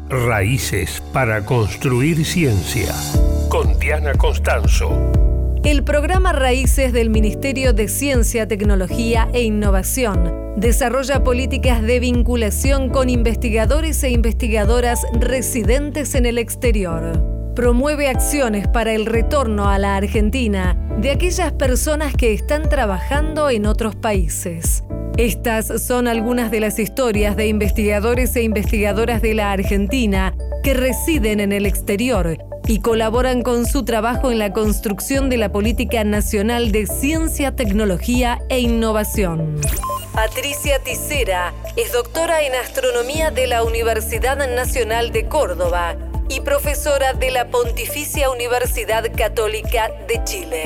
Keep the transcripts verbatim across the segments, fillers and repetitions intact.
Raíces para construir ciencia. Con Diana Constanzo. El programa Raíces del Ministerio de Ciencia, Tecnología e Innovación desarrolla políticas de vinculación con investigadores e investigadoras residentes en el exterior. Promueve acciones para el retorno a la Argentina de aquellas personas que están trabajando en otros países. Estas son algunas de las historias de investigadores e investigadoras de la Argentina que residen en el exterior y colaboran con su trabajo en la construcción de la Política Nacional de Ciencia, Tecnología e Innovación. Patricia Ticera es doctora en Astronomía de la Universidad Nacional de Córdoba y profesora de la Pontificia Universidad Católica de Chile.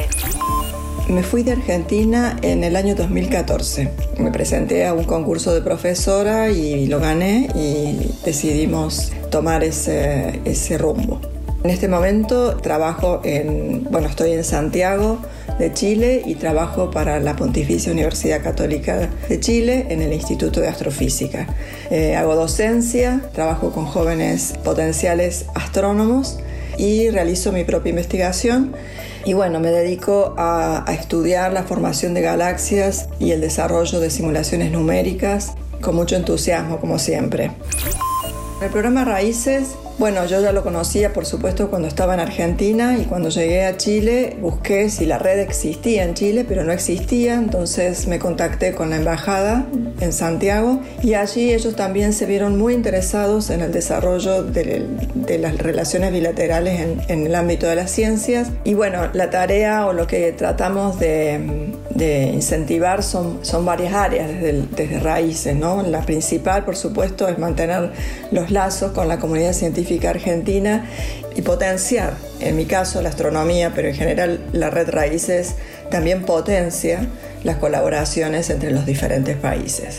Me fui de Argentina en el año dos mil catorce. Me presenté a un concurso de profesora y lo gané y decidimos tomar ese, ese rumbo. En este momento trabajo en, bueno, estoy en Santiago de Chile y trabajo para la Pontificia Universidad Católica de Chile en el Instituto de Astrofísica. Eh, hago docencia, trabajo con jóvenes potenciales astrónomos y realizo mi propia investigación. Y bueno, me dedico a, a estudiar la formación de galaxias y el desarrollo de simulaciones numéricas con mucho entusiasmo, como siempre. El programa Raíces, bueno, yo ya lo conocía, por supuesto, cuando estaba en Argentina, y cuando llegué a Chile busqué si la red existía en Chile, pero no existía, entonces me contacté con la embajada en Santiago y allí ellos también se vieron muy interesados en el desarrollo de, de las relaciones bilaterales en, en el ámbito de las ciencias. Y bueno, la tarea o lo que tratamos de, de incentivar son, son varias áreas desde, desde Raíces, ¿no? La principal, por supuesto, es mantener los lazos con la comunidad científica argentina y potenciar, en mi caso, la astronomía, pero en general la red Raíces también potencia las colaboraciones entre los diferentes países.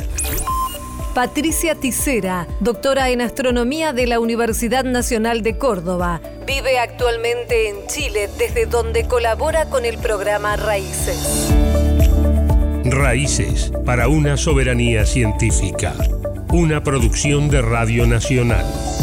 Patricia Ticera, doctora en Astronomía de la Universidad Nacional de Córdoba, vive actualmente en Chile, desde donde colabora con el programa Raíces. Raíces para una soberanía científica. Una producción de Radio Nacional.